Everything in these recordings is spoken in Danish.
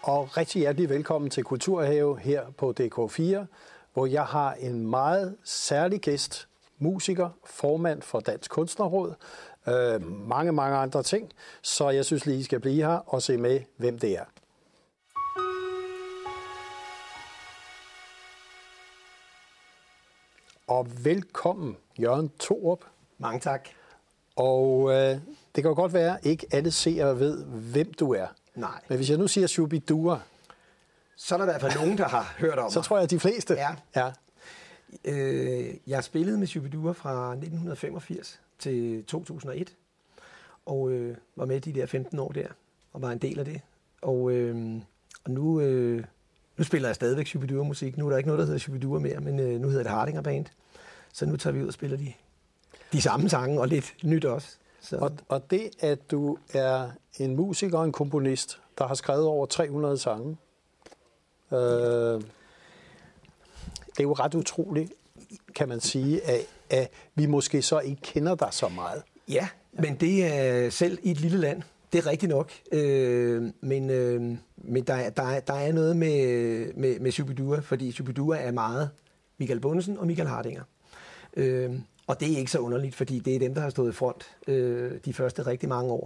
Og rigtig hjertelig velkommen til Kulturhave her på DK4, hvor jeg har en meget særlig gæst, musiker, formand for Dansk Kunstnerråd, mange andre ting. Så jeg synes lige, I skal blive her og se med, hvem det er. Og velkommen, Jørgen Thorup. Mange tak. Og det kan jo godt være, at ikke alle seere ved, hvem du er. Nej. Men hvis jeg nu siger Shubidua, så er der i hvert fald nogen, der har hørt om mig. Så tror jeg, at de fleste. Ja. Jeg har spillet med Shubidua fra 1985 til 2001, og var med de der 15 år der, og var en del af det. Og nu spiller jeg stadigvæk Shubidua-musik. Nu er der ikke noget, der hedder Shubidua mere, men nu hedder det Hardinger Band. Så nu tager vi ud og spiller de samme sange, og lidt nyt også. Så. Og det, at du er en musiker og en komponist, der har skrevet over 300 sange, det er jo ret utroligt, kan man sige, at vi måske så ikke kender dig så meget. Ja, men det er selv i et lille land. Det er rigtigt nok. Men der er noget med Shubidua, fordi Shubidua er meget Michael Bundesen og Michael Hardinger. Og det er ikke så underligt, fordi det er dem, der har stået i front de første rigtig mange år.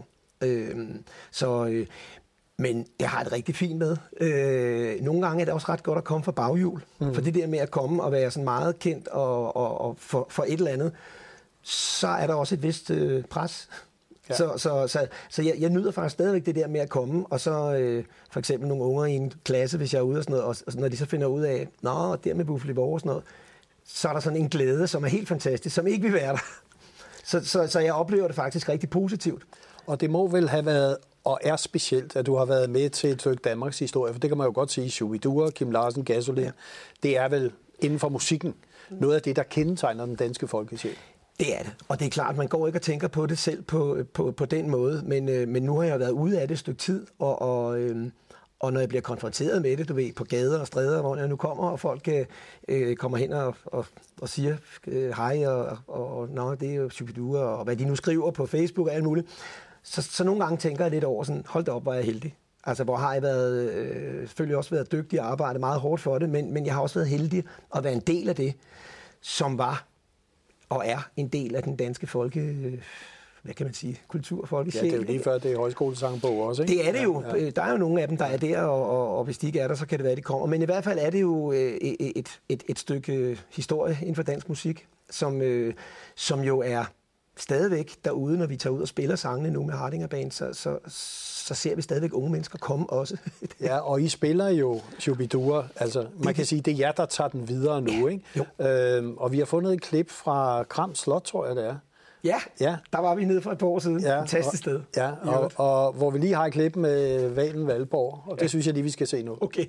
Men jeg har det rigtig fint med. Nogle gange er det også ret godt at komme fra baghjul. For det der med at komme og være sådan meget kendt og for et eller andet, så er der også et vist pres. Ja. Så jeg nyder faktisk stadigvæk det der med at komme, og så for eksempel nogle unger i en klasse, hvis jeg er ude og sådan noget, og når de så finder ud af, der med Buffalo og sådan noget, så er der sådan en glæde, som er helt fantastisk, som ikke vil være der. Så jeg oplever det faktisk rigtig positivt. Og det må vel have været, og er specielt, at du har været med til et stykke Danmarks historie, for det kan man jo godt sige, Shubidua, Kim Larsen, Gasolin, ja. Det er vel inden for musikken noget af det, der kendetegner den danske folkesjæl. Det er det, og det er klart, man går ikke og tænker på det selv på den måde, men nu har jeg været ude af det et stykke tid, og når jeg bliver konfronteret med det, du ved, på gader og stræder, hvor jeg nu kommer, og folk kommer hen og siger hej, og det er jo Shubidua, og hvad de nu skriver på Facebook og alt muligt, så nogle gange tænker jeg lidt over sådan, hold da op, hvor er jeg heldig. Altså, hvor har jeg selvfølgelig også været dygtig og arbejdet meget hårdt for det, men jeg har også været heldig at være en del af det, som var og er en del af den danske hvad kan man sige, kultur og folkesjæl. Ja, det er jo lige før, det er højskolesangbog også, ikke? Det er det jo. Ja. Der er jo nogle af dem, der er der, og hvis de ikke er der, så kan det være, de kommer. Men i hvert fald er det jo et stykke historie inden for dansk musik, som jo er stadigvæk derude, når vi tager ud og spiller sangene nu med Hardinger Band, så ser vi stadigvæk unge mennesker komme også. Ja, og I spiller jo Shubidua, altså man kan sige, det er jer, der tager den videre nu, ikke? Og vi har fundet et klip fra Gram Slot, tror jeg det er. Ja, der var vi nede for et par år siden. Ja, fantastisk sted. Ja, og hvor vi lige har et klip med Valen Valborg, og det synes jeg lige, vi skal se nu. Okay.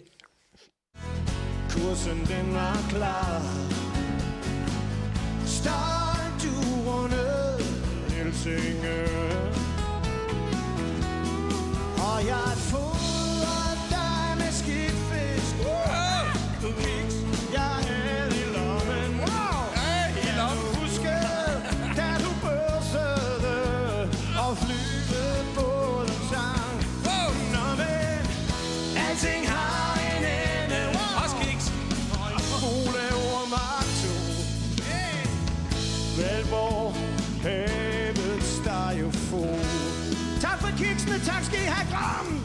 Kursen den var klar. Start duerne Helsinge. Og jeg fodrer dig med skidtfisk. Du kiks, jeg havde i lommen. Jeg husker, da du børsede og flyvede båden sang. Nå, men alting har en ende. Også kiks. Ole over Mark 2. Valborg, havets stejefod. Tak for kiksene, tak skal I have, Gram!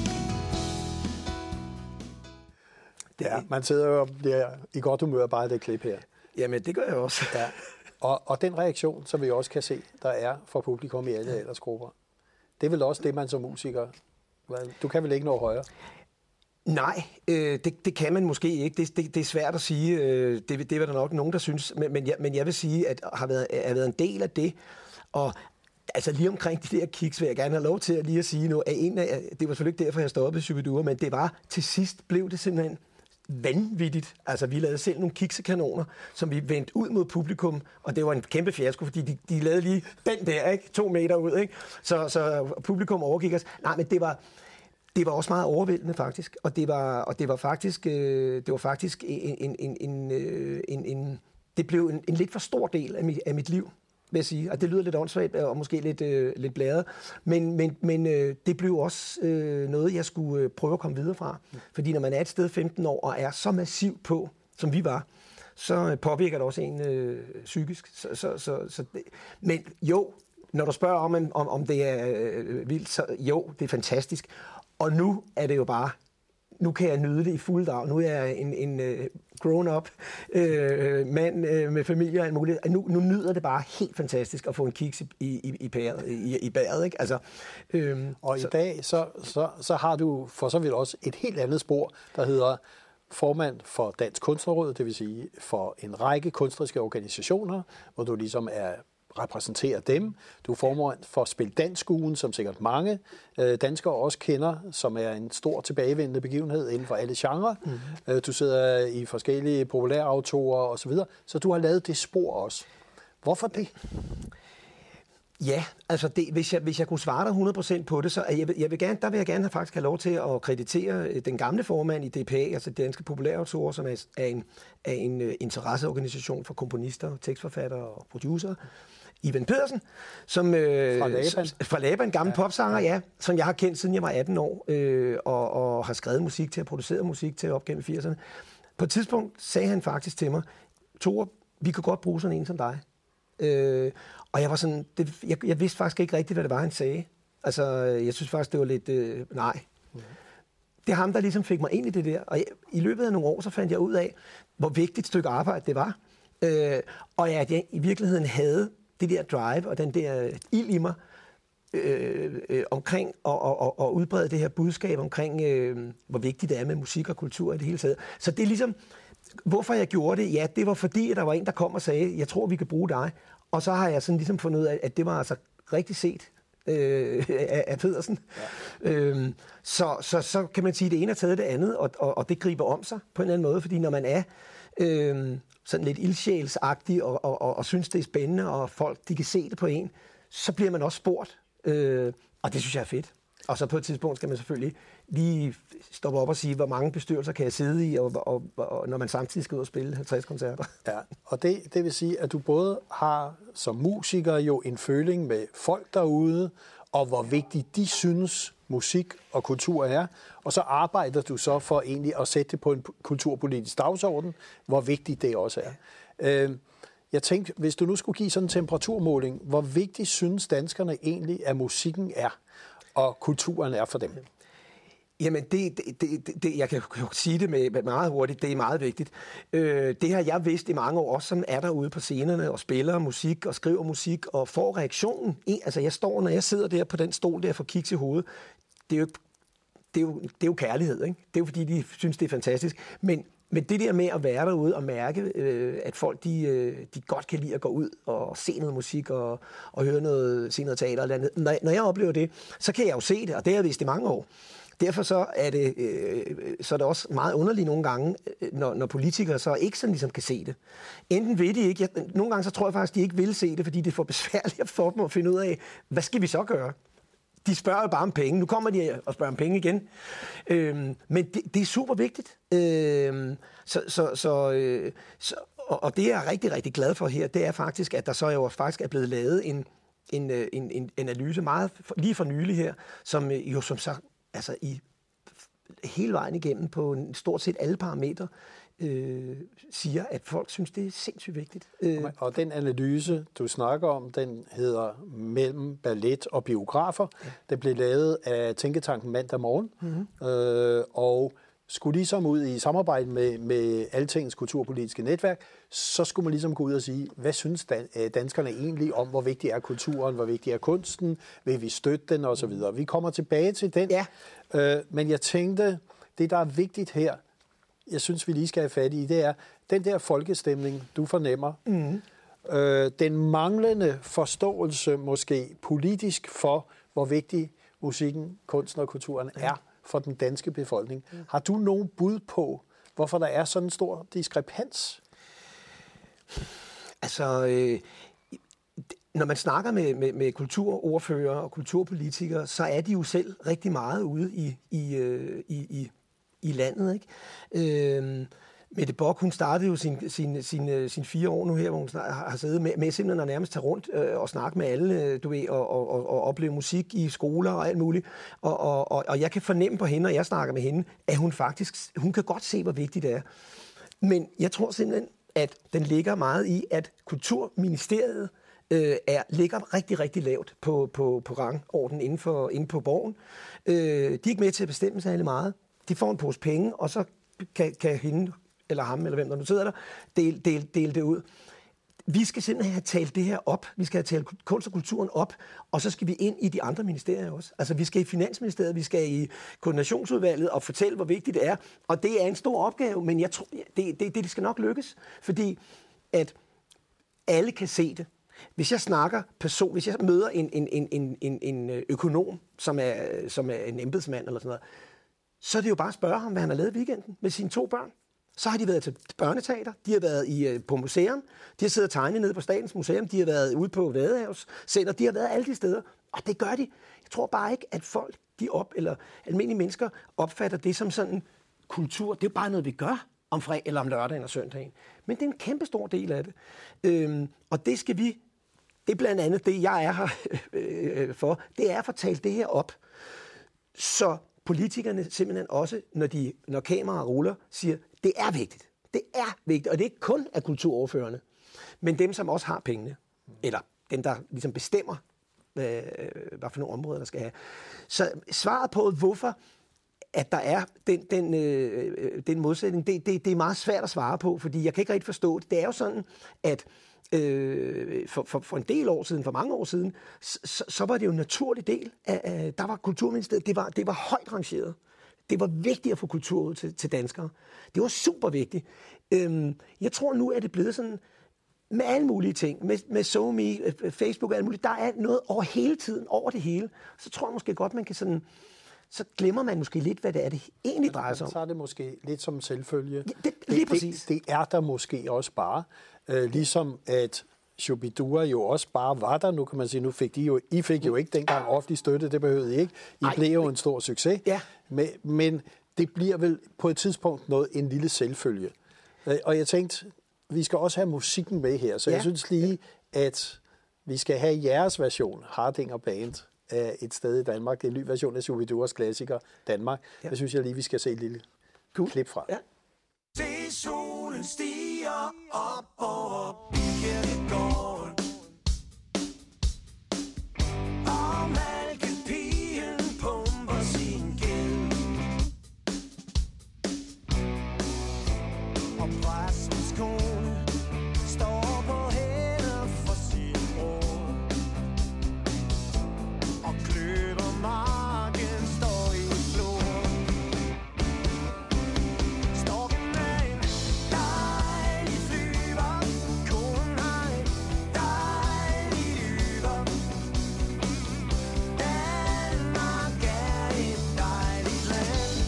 Ja, man sidder jo og bliver i godt humør bare af det klip her. Jamen, det gør jeg også. Ja. Og den reaktion, som vi også kan se, der er fra publikum i alle aldersgrupper, det er vel også det, man som musiker... Du kan vel ikke nå højere? Nej, det kan man måske ikke. Det er svært at sige. Det er der nok nogen, der synes. Men jeg vil sige, at har været en del af det. Og altså lige omkring de der kiks, vil jeg gerne have lov til at lige at sige noget. Det var selvfølgelig ikke derfor, jeg stoppede Shubidua, men det var til sidst, blev det simpelthen vanvittigt. Altså, vi lavede selv nogle kiksekanoner, som vi vendte ud mod publikum, og det var en kæmpe fiasko, fordi de lavede lige den der, ikke? 2 meter ud, ikke? Så publikum overgik os. Nej, men det var også meget overvældende, faktisk. Og det var faktisk det blev en lidt for stor del af mit liv. vil jeg sige. Og det lyder lidt åndssvagt og måske lidt blæret. Men det blev også noget, jeg skulle prøve at komme videre fra. Fordi når man er et sted 15 år og er så massiv på, som vi var, så påvirker det også en psykisk. Men jo, når du spørger om det er vildt, så jo, det er fantastisk. Og nu er det jo bare, nu kan jeg nyde det i fuld dag. Nu er jeg en grown-up mand med familie og alt muligt. Nu nyder det bare helt fantastisk at få en kiks i bæret, ikke? Altså, og i dag, så har du for så vidt også et helt andet spor, der hedder formand for Dansk Kunstnerråd, det vil sige for en række kunstneriske organisationer, hvor du ligesom repræsenterer dem. Du er formand for Spil Dansk-ugen, som sikkert mange danskere også kender, som er en stor tilbagevendende begivenhed inden for alle genrer. Du sidder i forskellige populærautorer osv., så du har lavet det spor også. Hvorfor det? Ja, altså hvis jeg kunne svare dig 100% på det, så jeg vil gerne faktisk have lov til at kreditere den gamle formand i DPA, altså Danske Populærautorer, som er en interesseorganisation for komponister, tekstforfattere og producer. Ivan Pedersen, som fra Laban, gammel popsanger, ja, som jeg har kendt siden jeg var 18 år, og har skrevet musik til, produceret musik til op gennem 80'erne. På et tidspunkt sagde han faktisk til mig, Tore, vi kan godt bruge sådan en som dig. Og jeg var sådan, jeg vidste faktisk ikke rigtigt, hvad det var, han sagde. Altså, jeg synes faktisk, det var lidt, nej. Det er ham, der ligesom fik mig ind i det der. Og i løbet af nogle år, så fandt jeg ud af, hvor vigtigt et stykke arbejde det var. Og at jeg i virkeligheden havde det der drive og den der ild i mig omkring at udbrede det her budskab omkring, hvor vigtigt det er med musik og kultur i det hele taget. Så det er ligesom, hvorfor jeg gjorde det? Ja, det var fordi, at der var en, der kom og sagde, jeg tror, vi kan bruge dig. Og så har jeg sådan ligesom fundet ud af, at det var altså rigtig set af Pedersen. Ja. Så kan man sige, at det ene har taget det andet, og det griber om sig på en eller anden måde, fordi når man er sådan lidt ildsjælsagtig og synes, det er spændende, og folk de kan se det på en, så bliver man også spurgt. Og det synes jeg er fedt. Og så på et tidspunkt skal man selvfølgelig lige stoppe op og sige, hvor mange bestyrelser kan jeg sidde i, og når man samtidig skal ud og spille 50 koncerter. Ja, og det vil sige, at du både har som musiker jo en føling med folk derude, og hvor vigtigt de synes musik og kultur er, og så arbejder du så for egentlig at sætte det på en kulturpolitisk dagsorden, hvor vigtigt det også er. Jeg tænkte, hvis du nu skulle give sådan en temperaturmåling, hvor vigtigt synes danskerne egentlig, at musikken er, og kulturen er for dem? Jamen, jeg kan jo sige det med meget hurtigt, det er meget vigtigt. Det har jeg vidst i mange år, også som er derude på scenerne og spiller musik og skriver musik og får reaktionen. Altså, når jeg sidder der på den stol der for kiks i hovedet, det er jo kærlighed, ikke? Det er jo fordi, de synes, det er fantastisk. Men det der med at være derude og mærke, at folk de godt kan lide at gå ud og se noget musik og se noget teater eller andet. Når jeg oplever det, så kan jeg jo se det, og det har jeg vidst i mange år. Derfor så er det også meget underligt nogle gange, når politikere så ikke sådan ligesom kan se det. Enten vil de ikke, nogle gange så tror jeg faktisk, de ikke vil se det, fordi det er for besværligt for dem at finde ud af, hvad skal vi så gøre? De spørger jo bare om penge. Nu kommer de og spørger om penge igen. Men det er super vigtigt. Og det jeg er rigtig, rigtig glad for her, det er faktisk, at der så jo faktisk er blevet lavet en analyse meget lige for nylig her, som jo som sagt altså i hele vejen igennem på stort set alle parametre siger, at folk synes, det er sindssygt vigtigt. Og den analyse, du snakker om, den hedder Mellem ballet og biografer. Ja. Det blev lavet af Tænketanken Mandag Morgen, og skulle ligesom ud i samarbejde med Altingens kulturpolitiske netværk, så skulle man ligesom gå ud og sige, hvad synes danskerne egentlig om, hvor vigtig er kulturen, hvor vigtig er kunsten, vil vi støtte den osv. Vi kommer tilbage til den, ja. Men jeg tænkte, det der er vigtigt her, jeg synes, vi lige skal have fat i, det er den der folkestemning, du fornemmer. Den manglende forståelse, måske politisk, for hvor vigtig musikken, kunsten og kulturen er for den danske befolkning. Har du nogen bud på, hvorfor der er sådan en stor diskrepans? Altså, når man snakker med kulturordførere og kulturpolitikere, så er de jo selv rigtig meget ude i landet, ikke? Mette Bock, hun startede jo sin 4 år nu her, hvor hun har siddet med simpelthen at nærmest tage rundt og snakke med alle, du ved, og opleve musik i skoler og alt muligt. Og jeg kan fornemme på hende, når jeg snakker med hende, at hun kan godt se, hvor vigtigt det er. Men jeg tror simpelthen, at den ligger meget i, at Kulturministeriet ligger rigtig, rigtig lavt på rangorden inde på borgen. De er ikke med til at bestemme sig meget. De får en pose penge, og så kan hende eller ham, eller hvem der nu sidder der, dele det ud. Vi skal simpelthen have talt det her op. Vi skal have talt kunst og kulturen op, og så skal vi ind i de andre ministerier også. Altså, vi skal i Finansministeriet, vi skal i Koordinationsudvalget og fortælle, hvor vigtigt det er. Og det er en stor opgave, men jeg tror, det skal nok lykkes, fordi at alle kan se det. Hvis jeg hvis jeg møder en økonom, som er en embedsmand eller sådan noget, så er det jo bare at spørge ham, hvad han har lavet i weekenden med sine 2 børn. Så har de været til børneteater, de har været på museum, de har siddet og tegnet nede på Statens Museum, de har været ude på Vadehavscenter, de har været alle de steder, og det gør de. Jeg tror bare ikke, at folk, eller almindelige mennesker, opfatter det som sådan kultur. Det er jo bare noget, vi gør om fredag eller om lørdagen og søndagen. Men det er en kæmpe stor del af det. Og det skal vi, det er blandt andet det, jeg er her for, det er at få talt det her op, så politikerne simpelthen også, når kameraer ruller, siger, det er vigtigt. Det er vigtigt, og det er ikke kun af kulturordførerne, men dem, som også har pengene, eller dem, der ligesom bestemmer, hvad for nogle områder, der skal have. Så svaret på, hvorfor at der er den modsætning, det er meget svært at svare på, fordi jeg kan ikke rigtig forstå det. Det er jo sådan, at for en del år siden, for mange år siden, så var det jo en naturlig del af, der var Kulturministeriet, det var højt rangeret. Det var vigtigt at få kultur ud til danskere. Det var super vigtigt. Jeg tror nu, at det er blevet sådan, med alle mulige ting, med SoMe, Facebook og alt muligt, der er noget over hele tiden, over det hele. Så tror jeg måske godt, man kan sådan, så glemmer man måske lidt, hvad det er, det egentlig drejer sig om. Så er det måske lidt som selvfølge. Ja, lige præcis. Det er der måske også bare. Ligesom at Shubidua jo også bare var der. Nu kan man sige, I fik jo ikke dengang offentlig støtte, det behøvede I ikke. I blev jo en stor succes. Ja. Men det bliver vel på et tidspunkt en lille selvfølge. Og jeg tænkte, vi skal også have musikken med her, så jeg synes lige, at vi skal have jeres version, Hardinger Band, af Et sted i Danmark. Det er en ny version af Shubiduas klassiker, Danmark. Ja. Det synes jeg lige, vi skal se et lille klip fra. Ja. Se solen stiger op over kirkegården, og malkepigen pumper sin gæld, og præstens kone står på hænder for sin bror, og kløvermarken står i flor. Storken er en dejlig flyver, konen har en dejlig lyver. Danmark er et dejligt land.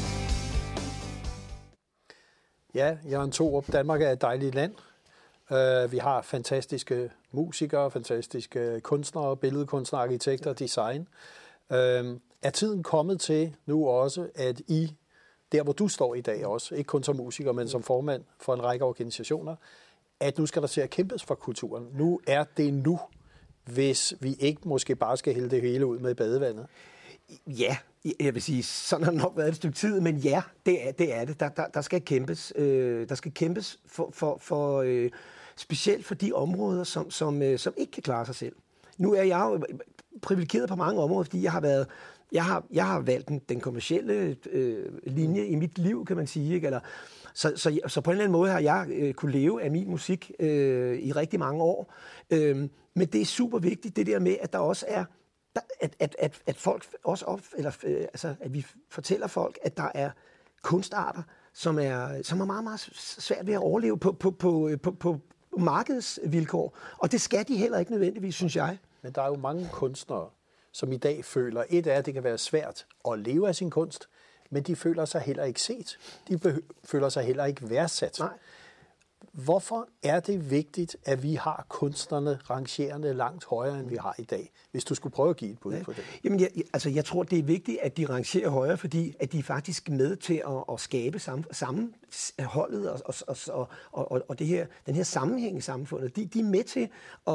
Ja, Jørgen Thorup, Danmark er et dejligt land. Vi har fantastiske musikere, fantastiske kunstnere, billedkunstnere, arkitekter, design. Er tiden kommet til nu også, at I, der hvor du står i dag også, ikke kun som musiker, men som formand for en række organisationer, at nu skal der til at kæmpes for kulturen. Nu er det nu, hvis vi ikke måske bare skal hælde det hele ud med i badevandet. Ja, jeg vil sige, sådan har det nok været et stykke tid, men ja, det er det. Der skal kæmpes. Der skal kæmpes for specielt for de områder, som ikke kan klare sig selv. Nu er jeg jo privilegeret på mange områder, fordi jeg har valgt den kommercielle linje i mit liv, kan man sige. Ikke? Så på en eller anden måde har jeg kunne leve af min musik i rigtig mange år. Men det er super vigtigt, det der med, at der også er at folk også at vi fortæller folk, at der er kunstarter, som er meget, meget svært ved at overleve på markedsvilkår. Og det skal de heller ikke nødvendigvis, synes jeg. Men der er jo mange kunstnere, som i dag føler, at det kan være svært at leve af sin kunst, men de føler sig heller ikke set. De føler sig heller ikke værdsat. Nej. Hvorfor er det vigtigt, at vi har kunstnerne rangerende langt højere, end vi har i dag? Hvis du skulle prøve at give et bud på det. Jamen, jeg tror, det er vigtigt, at de rangerer højere, fordi at de er faktisk med til at skabe sammenholdet og det her, den her sammenhæng i samfundet. De er med til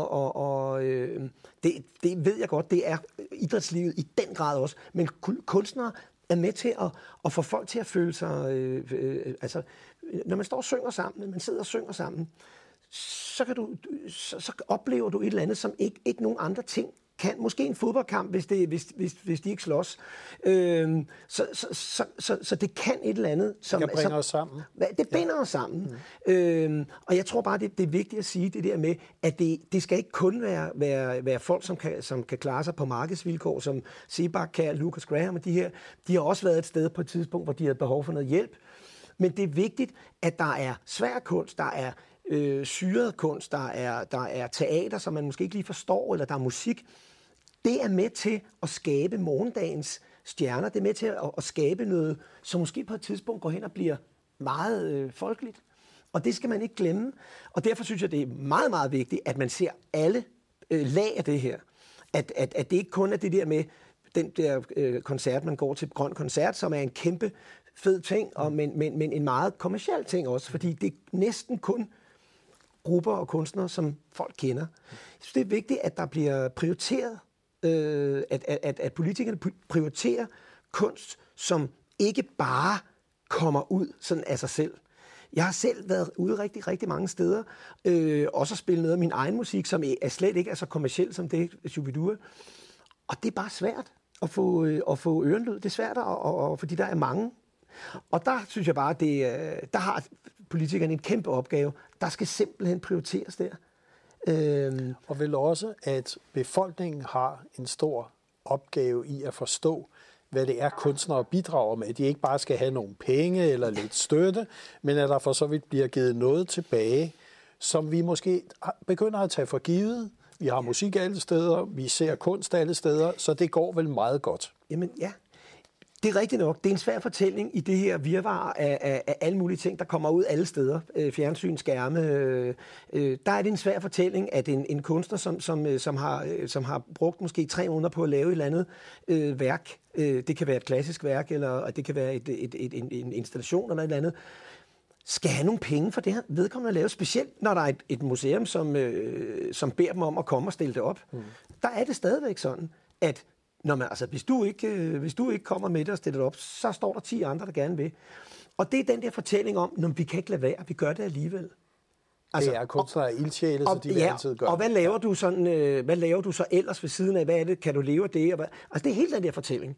det ved jeg godt, det er idrætslivet i den grad også, men kunstnere er med til at få folk til at føle sig... altså, når man står og synger sammen, man sidder og synger sammen, så oplever du et eller andet, som ikke nogen andre ting kan. Måske en fodboldkamp, hvis de ikke slås. Så det kan et eller andet. Som det bringer os sammen. Det binder os sammen. Og jeg tror bare, det er vigtigt at sige det der med, at det skal ikke kun være folk, som kan klare sig på markedsvilkår, som Sebak, Kjær, Lucas Graham og de her. De har også været et sted på et tidspunkt, hvor de havde behov for noget hjælp. Men det er vigtigt, at der er svær kunst, der er syret kunst, der er teater, som man måske ikke lige forstår, eller der er musik. Det er med til at skabe morgendagens stjerner. Det er med til at skabe noget, som måske på et tidspunkt går hen og bliver meget folkeligt. Og det skal man ikke glemme. Og derfor synes jeg, det er meget, meget vigtigt, at man ser alle lag af det her. At det ikke kun er det der med den der koncert, man går til Grøn Koncert, som er en kæmpe fed ting, men en meget kommerciel ting også, fordi det er næsten kun grupper og kunstnere, som folk kender. Jeg synes, det er vigtigt, at der bliver prioriteret, at politikerne prioriterer kunst, som ikke bare kommer ud sådan af sig selv. Jeg har selv været ude rigtig, rigtig mange steder, også at spille noget af min egen musik, som slet ikke er så kommerciel som det, Shubidua. Og det er bare svært at få ørenlyd. Det er svært, fordi der er mange. Og der synes jeg bare, der har politikerne en kæmpe opgave. Der skal simpelthen prioriteres der. Og vel også, at befolkningen har en stor opgave i at forstå, hvad det er, kunstnere bidrager med. De ikke bare skal have nogle penge eller lidt støtte, men at der for så vidt bliver givet noget tilbage, som vi måske begynder at tage for givet. Vi har musik alle steder, vi ser kunst alle steder, så det går vel meget godt. Jamen ja, det er rigtigt nok. Det er en svær fortælling i det her virvar af alle mulige ting, der kommer ud alle steder. Fjernsyn, skærme. Der er det en svær fortælling, at en kunstner, som har brugt måske 3 måneder på at lave et eller andet værk, det kan være et klassisk værk, eller det kan være en installation eller et eller andet, skal have nogle penge for det her vedkommende at lave, specielt når der er et museum, som beder dem om at komme og stille det op. Der er det stadigvæk sådan, at hvis du ikke kommer med det og stiller det op, så står der 10 andre, der gerne vil. Og det er den der fortælling om, at vi kan ikke lade være, vi gør det alligevel. Altså, det er kunstnere af ildsjæle, så de vil altid gøre. Og hvad laver du sådan? Hvad laver du så ellers ved siden af? Hvad er det? Kan du leve af det? Altså, det er helt den der fortælling.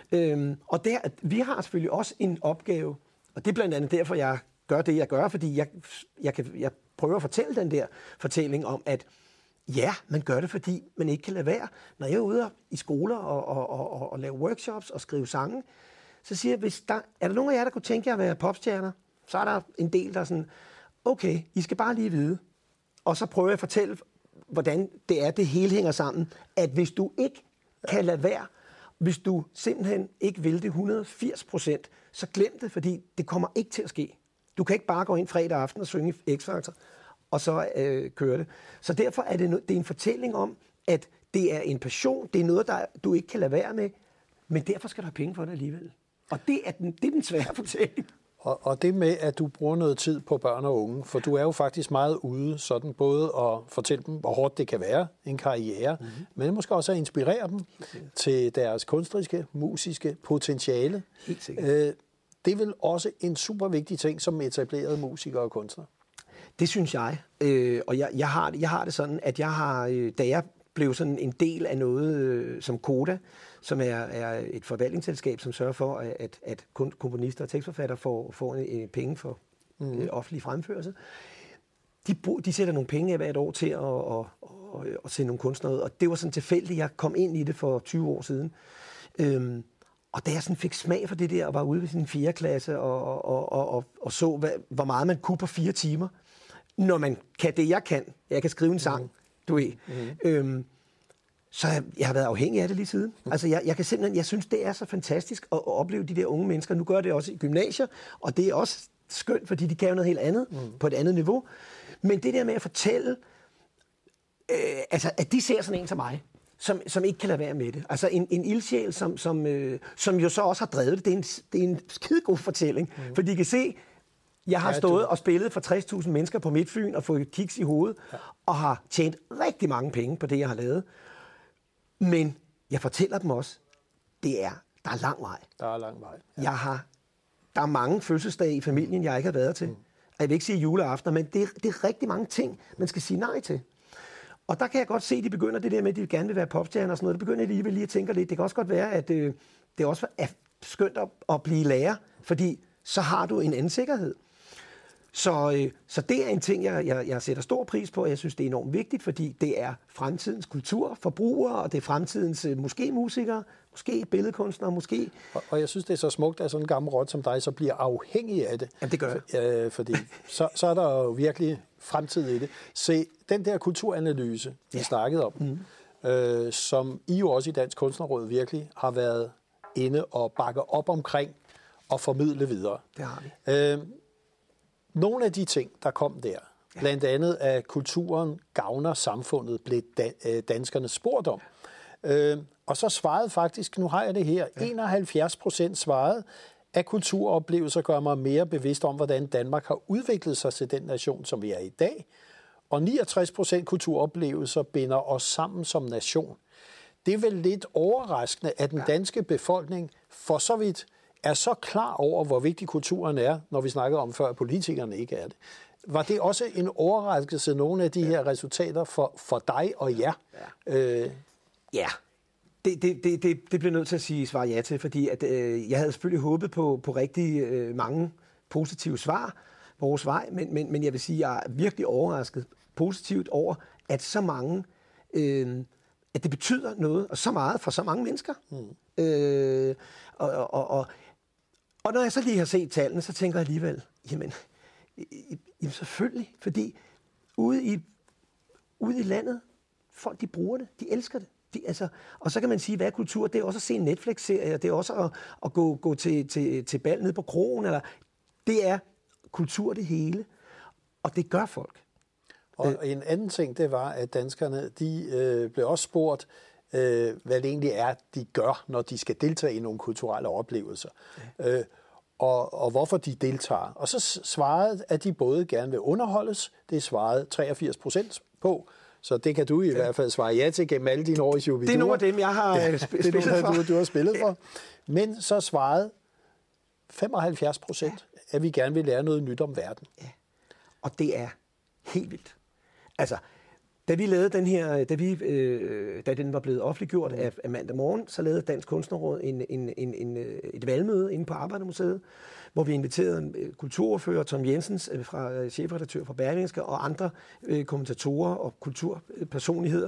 Og vi har selvfølgelig også en opgave, og det er blandt andet derfor, jeg gør det, jeg gør, fordi jeg prøver at fortælle den der fortælling om, at ja, man gør det, fordi man ikke kan lade være. Når jeg er ude i skoler og lave workshops og skrive sange, så siger jeg, er der nogen af jer, der kunne tænke jer at være popstjerner? Så er der en del, der er sådan, okay, I skal bare lige vide. Og så prøver jeg at fortælle, hvordan det hele hænger sammen. At hvis du ikke kan lade være, hvis du simpelthen ikke vil det 180%, så glem det, fordi det kommer ikke til at ske. Du kan ikke bare gå ind fredag aften og synge X-Factor, og så køre det. Så derfor er det er en fortælling om, at det er en passion, det er noget, du ikke kan lade være med, men derfor skal du have penge for det alligevel. Og det er den svære fortælling. Og det med, at du bruger noget tid på børn og unge, for du er jo faktisk meget ude, sådan både at fortælle dem, hvor hårdt det kan være, en karriere, men måske også at inspirere dem til deres kunstneriske, musiske potentiale. Helt sikkert. Det er vel også en super vigtig ting som etablerede musikere og kunstnere. Det synes jeg. Og jeg har det sådan, at da jeg blev sådan en del af noget som Koda, som er et forvaltningsselskab, som sørger for, at komponister og tekstforfattere får penge for offentlig fremførelse. De sætter nogle penge af hvert år til at sende nogle kunstnere ud, og det var sådan tilfældigt, jeg kom ind i det for 20 år siden. Og da jeg sådan fik smag for det der, og var ude ved sin 4. klasse, og så, hvor meget man kunne på 4 timer, når man kan det, jeg kan skrive en sang, du ved. Så jeg har været afhængig af det lige siden. Altså, jeg synes, det er så fantastisk at opleve de der unge mennesker. Nu gør det også i gymnasier, og det er også skønt, fordi de kan jo noget helt andet på et andet niveau. Men det der med at fortælle, at de ser sådan en som mig, som ikke kan lade være med det. Altså en ildsjæl, som jo så også har drevet det. Det er en skidegod fortælling, for de kan se, jeg har stået og spillet for 60.000 mennesker på Midtfyn og fået kiks i hovedet, og har tjent rigtig mange penge på det, jeg har lavet. Men jeg fortæller dem også, der er lang vej. Der er lang vej. Ja. Der er mange fødselsdage i familien, jeg ikke har været til. Jeg vil ikke sige juleaften, men det er rigtig mange ting, man skal sige nej til. Og der kan jeg godt se, at de begynder det der med, at de gerne vil være popstjerner og sådan noget. Det begynder de lige at tænke lidt. Det kan også godt være, at det også er skønt at blive lærer, fordi så har du en anden sikkerhed. Så det er en ting, jeg sætter stor pris på, og jeg synes, det er enormt vigtigt, fordi det er fremtidens kulturforbrugere, og det er fremtidens måske musikere, måske billedkunstnere, måske... Og jeg synes, det er så smukt, at sådan en gammel rot som dig så bliver afhængig af det. Jamen, det gør jeg. Fordi så er der jo virkelig fremtid i det. Se, den der kulturanalyse, vi snakkede om, som I jo også i Dansk Kunstnerråd virkelig har været inde og bakke op omkring og formidle videre. Det har vi. Nogle af de ting, der kom der, blandt andet at kulturen gavner samfundet, blev danskerne spurgt om. Og så svarede faktisk, nu har jeg det her, 71% svarede, at kulturoplevelser gør mig mere bevidst om, hvordan Danmark har udviklet sig til den nation, som vi er i dag. Og 69% kulturoplevelser binder os sammen som nation. Det er vel lidt overraskende, at den danske befolkning for så vidt er så klar over, hvor vigtig kulturen er, når vi snakkede om før, at politikerne ikke er det. Var det også en overraskelse, nogle af de her resultater for dig og jer? Ja. Det bliver nødt til at svare ja til, fordi at, jeg havde selvfølgelig håbet på rigtig mange positive svar vores vej, men jeg vil sige, at jeg er virkelig overrasket positivt over, at så mange, at det betyder noget, og så meget for så mange mennesker. Og når jeg så lige har set tallene, så tænker jeg alligevel, jamen selvfølgelig, fordi ude i landet, folk de bruger det, de elsker det. Og så kan man sige, hvad er kultur? Det er også at se en Netflix-serie, det er også at gå til bal nede på krogen, eller det er kultur det hele, og det gør folk. Og en anden ting, det var, at danskerne, de blev også spurgt, hvad det egentlig er, de gør, når de skal deltage i nogle kulturelle oplevelser. Ja. Og hvorfor de deltager. Og så svarede, at de både gerne vil underholdes. Det svarede 83% på. Så det kan du i hvert fald svare ja til gennem alle dine år i Shubidua. Det er nogle af dem, jeg har spillet for. Det er nogle, du har spillet for. Men så svarede 75%, at vi gerne vil lære noget nyt om verden. Ja. Og det er helt vildt. Altså, da vi lavede den her, da den var blevet offentliggjort af mandag morgen, så lavede Dansk Kunstnerråd et valgmøde inde på Arbejdermuseet, hvor vi inviterede kulturordfører Tom Jensens, chefredaktør fra Berlingske, og andre kommentatorer og kulturpersonligheder.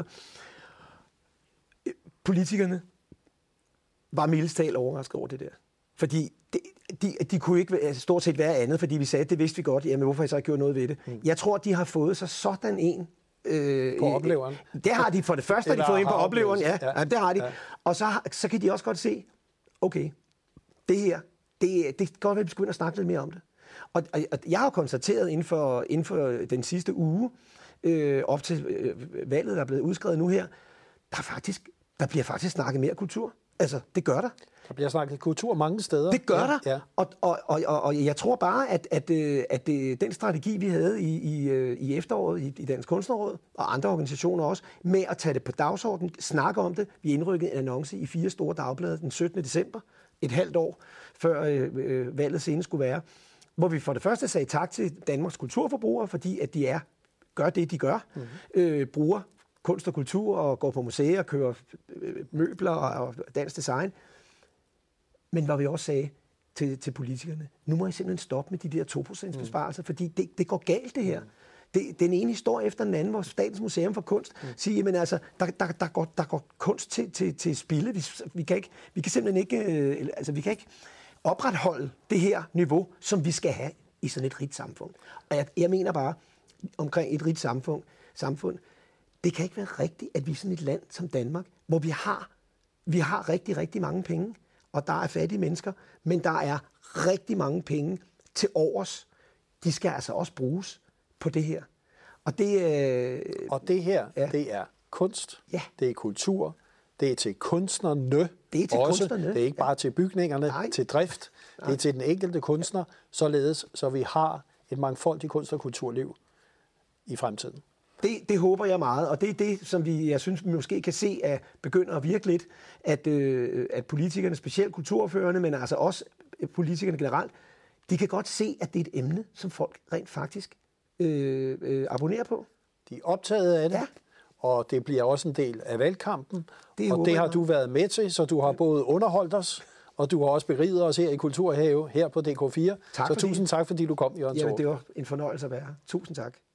Politikerne var mildest talt overrasket over det der. Fordi de kunne ikke stort set være andet, fordi vi sagde, at det vidste vi godt, jamen hvorfor har I så ikke gjort noget ved det? Jeg tror, de har fået sig sådan en på opleveren. Det har de for det første, har de fået ind på opleveren, ja, det har de. Ja. Og så kan de også godt se, okay, det her, det kan godt være, at vi skal begynde at snakke lidt mere om det. Og jeg har konstateret inden for den sidste uge, op til valget, der er blevet udskrevet nu her, der bliver faktisk snakket mere kultur. Altså, det gør der. Der bliver snakket kultur mange steder. Det gør der. Ja. Og jeg tror bare, at den strategi, vi havde i efteråret i Dansk Kunstnerråd, og andre organisationer også, med at tage det på dagsordenen, snakke om det. Vi indrykkede en annonce i 4 store dagblade den 17. december, et halvt år før valget senest skulle være, hvor vi for det første sagde tak til Danmarks kulturforbrugere, fordi at de gør det, de gør, bruger kunst og kultur og går på museer og kører møbler og dansk design. Men hvor vi også sagde til politikerne, nu må I simpelthen stoppe med de der 2% besparelser, fordi det går galt det her. Den ene historie efter den anden, hvor Statens Museum for Kunst siger, jamen altså, der går kunst til spilde. Vi kan simpelthen ikke, vi kan ikke opretholde det her niveau, som vi skal have i sådan et rigt samfund. Og jeg mener bare, omkring et rigt samfund, det kan ikke være rigtigt, at vi er sådan et land som Danmark, hvor vi har rigtig, rigtig mange penge, og der er fattige mennesker, men der er rigtig mange penge til overs de skal altså også bruges på det her. Og det her, det er kunst, det er kultur, det er til kunstnerne det er til også. Kunstnerne. Det er ikke bare til bygningerne, til drift. Det er til den enkelte kunstner, således så vi har et mangfoldigt kunst- og kulturliv i fremtiden. Det håber jeg meget, og det er det, som jeg synes, vi måske kan se, at begynder at virke lidt, at politikerne, specielt kulturordførerne, men altså også politikerne generelt, de kan godt se, at det er et emne, som folk rent faktisk abonnerer på. De er optaget af det, og det bliver også en del af valgkampen, og det har du været med til, så du har både underholdt os, og du har også beriget os her i Kulturhave, her på DK4. Så tusind tak, fordi du kom, Jørgen Torp. Jamen, det var en fornøjelse at være her. Tusind tak.